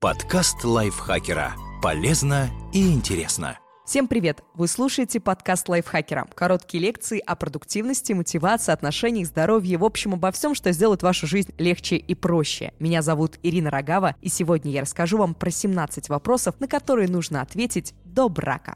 Подкаст лайфхакера. Полезно и интересно. Всем привет! Вы слушаете подкаст лайфхакера. Короткие лекции о продуктивности, мотивации, отношениях, здоровье, в общем, обо всем, что сделает вашу жизнь легче и проще. Меня зовут Ирина Рогава, и сегодня я расскажу вам про 17 вопросов, на которые нужно ответить до брака.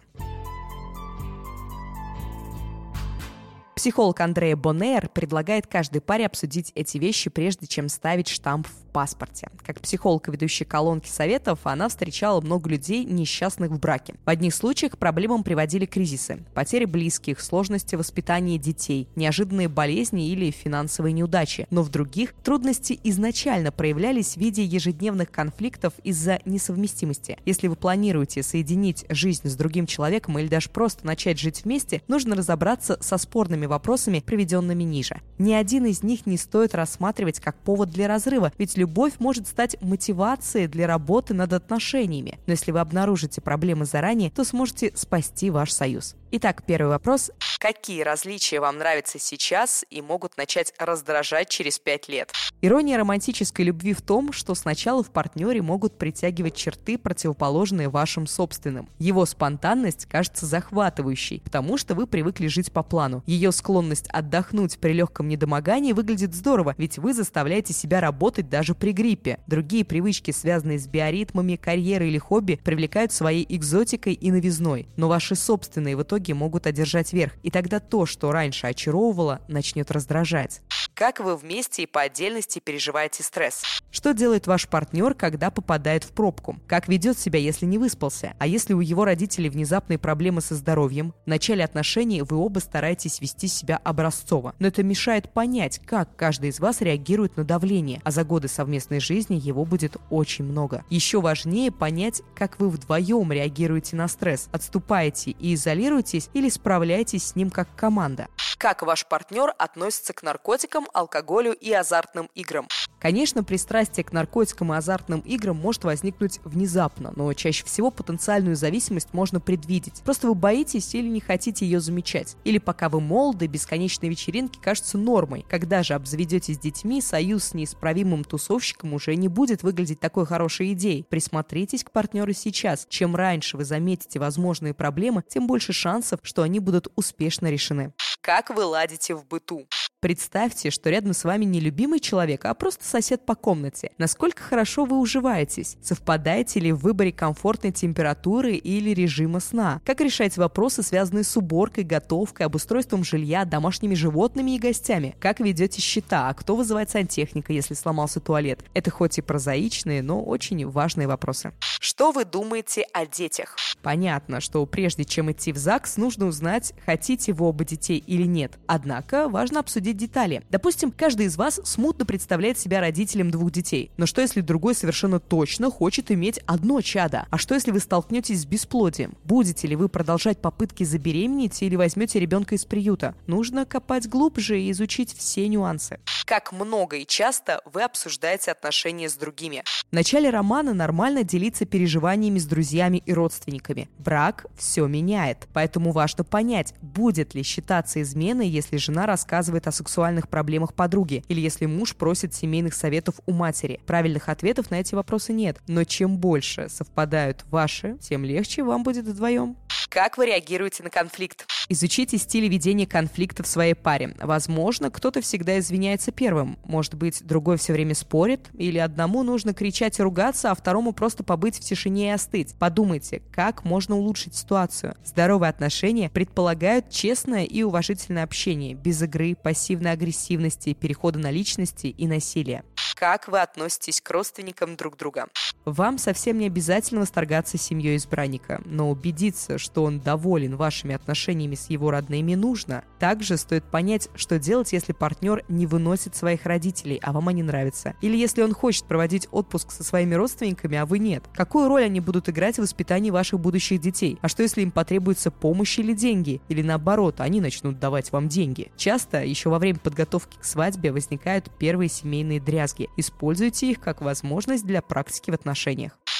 Психолог Андреа Боннейр предлагает каждой паре обсудить эти вещи, прежде чем ставить штамп в паспорте. Как психолог, ведущий колонки советов, она встречала много людей, несчастных в браке. В одних случаях к проблемам приводили кризисы, потери близких, сложности воспитания детей, неожиданные болезни или финансовые неудачи. Но в других трудности изначально проявлялись в виде ежедневных конфликтов из-за несовместимости. Если вы планируете соединить жизнь с другим человеком или даже просто начать жить вместе, нужно разобраться со спорными вопросами, приведенными ниже. Ни один из них не стоит рассматривать как повод для разрыва, ведь любовь может стать мотивацией для работы над отношениями. Но если вы обнаружите проблемы заранее, то сможете спасти ваш союз. Итак, первый вопрос. Какие различия вам нравятся сейчас и могут начать раздражать через 5 лет? Ирония романтической любви в том, что сначала в партнере могут притягивать черты, противоположные вашим собственным. Его спонтанность кажется захватывающей, потому что вы привыкли жить по плану. Ее склонность отдохнуть при легком недомогании выглядит здорово, ведь вы заставляете себя работать даже при гриппе. Другие привычки, связанные с биоритмами, карьерой или хобби, привлекают своей экзотикой и новизной. Но ваши собственные в итоге могут одержать верх, и тогда то, что раньше очаровывало, начнет раздражать. Как вы вместе и по отдельности переживаете стресс? Что делает ваш партнер, когда попадает в пробку? Как ведет себя, если не выспался? А если у его родителей внезапные проблемы со здоровьем? В начале отношений вы оба стараетесь вести себя образцово, но это мешает понять, как каждый из вас реагирует на давление, а за годы совместной жизни его будет очень много. Еще важнее понять, как вы вдвоем реагируете на стресс, отступаете и изолируетесь или справляетесь с ним как команда. Как ваш партнер относится к наркотикам, алкоголю и азартным играм? Конечно, пристрастие к наркотикам и азартным играм может возникнуть внезапно, но чаще всего потенциальную зависимость можно предвидеть. Просто вы боитесь или не хотите ее замечать. Или пока вы молоды, бесконечные вечеринки кажутся нормой. Когда же обзаведетесь детьми, союз с неисправимым тусовщиком уже не будет выглядеть такой хорошей идеей. Присмотритесь к партнеру сейчас. Чем раньше вы заметите возможные проблемы, тем больше шансов, что они будут успешно решены. Как вы ладите в быту? Представьте, что рядом с вами не любимый человек, а просто сосед по комнате. Насколько хорошо вы уживаетесь? Совпадаете ли в выборе комфортной температуры или режима сна? Как решать вопросы, связанные с уборкой, готовкой, обустройством жилья, домашними животными и гостями? Как ведете счета? А кто вызывает сантехника, если сломался туалет? Это хоть и прозаичные, но очень важные вопросы. Что вы думаете о детях? Понятно, что прежде чем идти в ЗАГС, нужно узнать, хотите вы оба детей или нет. Однако важно обсудить детали. Допустим, каждый из вас смутно представляет себя родителем 2 детей. Но что если другой совершенно точно хочет иметь одно чадо? А что если вы столкнетесь с бесплодием? Будете ли вы продолжать попытки забеременеть или возьмете ребенка из приюта? Нужно копать глубже и изучить все нюансы. Как много и часто вы обсуждаете отношения с другими? В начале романа нормально делиться переживаниями с друзьями и родственниками. Брак все меняет, поэтому важно понять, будет ли считаться изменой, если жена рассказывает о сексуальных проблемах подруги, или если муж просит семейных советов у матери. Правильных ответов на эти вопросы нет, но чем больше совпадают ваши, тем легче вам будет вдвоем. Как вы реагируете на конфликт? Изучите стили ведения конфликта в своей паре. Возможно, кто-то всегда извиняется первым. Может быть, другой все время спорит, или одному нужно кричать и ругаться, а второму просто побыть в тишине и остыть. Подумайте, как можно улучшить ситуацию. Здоровые отношения предполагают честное и уважительное общение, без игры, пассивной агрессивности, перехода на личности и насилия. Как вы относитесь к родственникам друг друга? Вам совсем не обязательно восторгаться семьей избранника, но убедиться, что он доволен вашими отношениями с его родными, нужно. Также стоит понять, что делать, если партнер не выносит своих родителей, а вам они нравятся. Или если он хочет проводить отпуск со своими родственниками, а вы нет. Какую роль они будут играть в воспитании ваших будущих детей? А что, если им потребуется помощь или деньги? Или наоборот, они начнут давать вам деньги? Часто еще во время подготовки к свадьбе возникают первые семейные дрязги. Используйте их как возможность для практики в отношениях.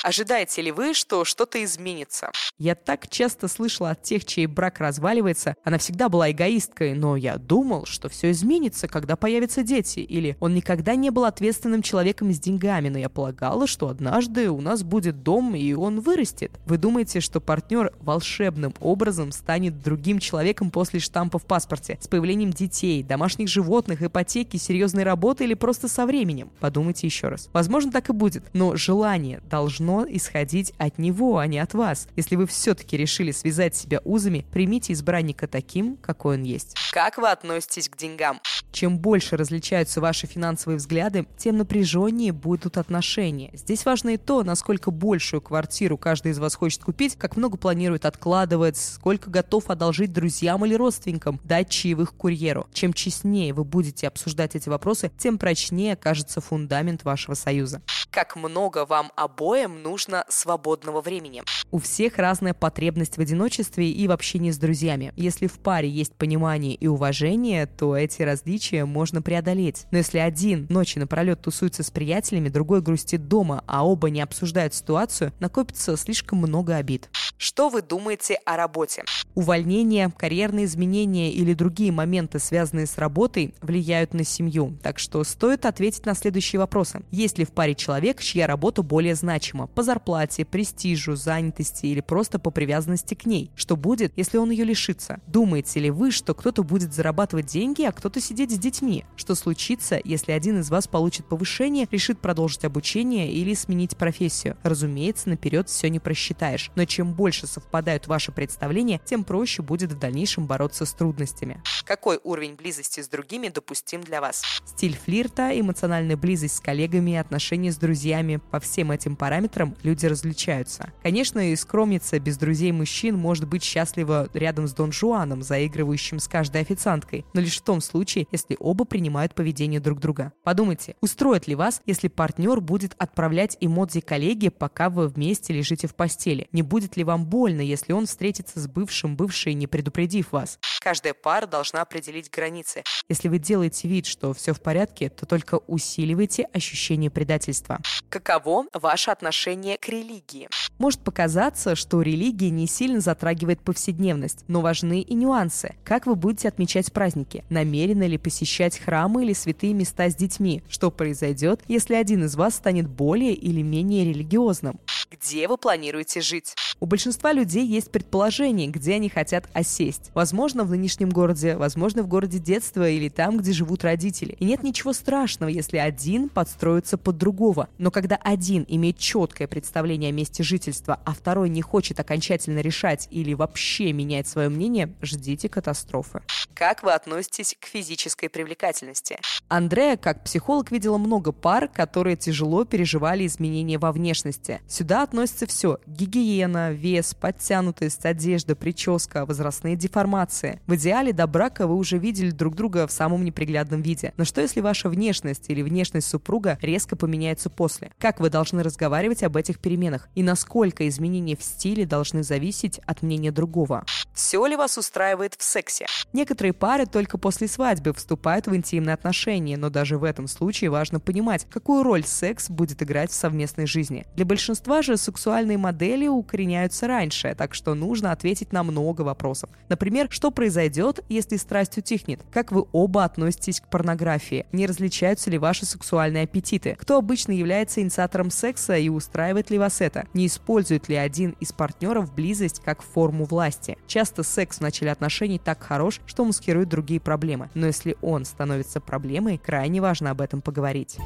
Ожидаете ли вы, что что-то изменится? Я так часто слышала от тех, чей брак разваливается, она всегда была эгоисткой, но я думал, что все изменится, когда появятся дети. Или он никогда не был ответственным человеком с деньгами, но я полагала, что однажды у нас будет дом, и он вырастет. Вы думаете, что партнер волшебным образом станет другим человеком после штампа в паспорте? С появлением детей, домашних животных, ипотеки, серьезной работы или просто со временем? Подумайте еще раз. Возможно, так и будет, но желание должно исходить от него, а не от вас. Если вы все-таки решили связать себя узами, примите избранника таким, какой он есть. Как вы относитесь к деньгам? Чем больше различаются ваши финансовые взгляды, тем напряженнее будут отношения. Здесь важно и то, насколько большую квартиру каждый из вас хочет купить, как много планирует откладывать, сколько готов одолжить друзьям или родственникам, дать чаевых курьеру. Чем честнее вы будете обсуждать эти вопросы, тем прочнее окажется фундамент вашего союза. Как много вам обоим нужно свободного времени? У всех разная потребность в одиночестве и в общении с друзьями. Если в паре есть понимание и уважение, то эти различия можно преодолеть. Но если один ночи напролет тусуется с приятелями, другой грустит дома, а оба не обсуждают ситуацию, накопится слишком много обид. Что вы думаете о работе? Увольнение, карьерные изменения или другие моменты, связанные с работой, влияют на семью. Так что стоит ответить на следующие вопросы. Есть ли в паре человек, чья работа более значима? По зарплате, престижу, занятости или просто по привязанности к ней? Что будет, если он ее лишится? Думаете ли вы, что кто-то будет зарабатывать деньги, а кто-то сидеть с детьми? Что случится, если один из вас получит повышение, решит продолжить обучение или сменить профессию? Разумеется, наперед все не просчитаешь. Но чем больше совпадают ваши представления, тем проще будет в дальнейшем бороться с трудностями. Какой уровень близости с другими допустим для вас? Стиль флирта, эмоциональная близость с коллегами, отношения с друзьями. По всем этим параметрам люди различаются. Конечно, и скромница без друзей мужчин может быть счастлива рядом с Дон Жуаном, заигрывающим с каждой официанткой, но лишь в том случае, если оба принимают поведение друг друга. Подумайте, устроит ли вас, если партнер будет отправлять эмодзи коллеге, пока вы вместе лежите в постели? Не будет ли вам больно, если он встретится с бывшей, не предупредив вас? Каждая пара должна определить границы. Если вы делаете вид, что все в порядке, то только усиливаете ощущение предательства. Каково ваше отношение к религии? Может показаться, что религия не сильно затрагивает повседневность, но важны и нюансы. Как вы будете отмечать праздники? Намерены ли посещать храмы или святые места с детьми? Что произойдет, если один из вас станет более или менее религиозным? Где вы планируете жить? У большинства людей есть предположение, где они хотят осесть. Возможно, в нынешнем городе, возможно, в городе детства или там, где живут родители. И нет ничего страшного, если один подстроится под другого. Но когда один имеет четкое представление о месте жительства, а второй не хочет окончательно решать или вообще менять свое мнение, ждите катастрофы. Как вы относитесь к физической привлекательности? Андреа, как психолог, видела много пар, которые тяжело переживали изменения во внешности. Сюда относится все: гигиена, вес, подтянутость, одежда, прическа, возрастные деформации. В идеале до брака вы уже видели друг друга в самом неприглядном виде. Но что если ваша внешность или внешность супруга резко поменяется после? Как вы должны разговаривать об этих переменах? И насколько изменения в стиле должны зависеть от мнения другого? Все ли вас устраивает в сексе? Некоторые пары только после свадьбы вступают в интимные отношения, но даже в этом случае важно понимать, какую роль секс будет играть в совместной жизни. Для большинства же сексуальные модели укореняются раньше, так что нужно ответить на много вопросов. Например, что произойдет, если страсть утихнет? Как вы оба относитесь к порнографии? Не различаются ли ваши сексуальные аппетиты? Кто обычно является инициатором секса и устраивает ли вас это? Не использует ли один из партнеров близость как форму власти? Часто секс в начале отношений так хорош, что маскирует другие проблемы. Но если он становится проблемой, крайне важно об этом поговорить.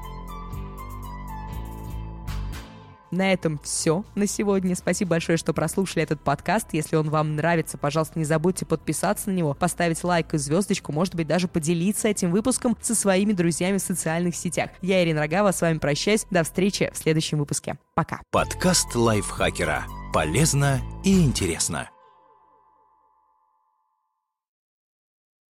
На этом все на сегодня. Спасибо большое, что прослушали этот подкаст. Если он вам нравится, пожалуйста, не забудьте подписаться на него, поставить лайк и звездочку, может быть, даже поделиться этим выпуском со своими друзьями в социальных сетях. Я, Ирина Рогава, с вами прощаюсь. До встречи в следующем выпуске. Пока. Подкаст лайфхакера. Полезно и интересно.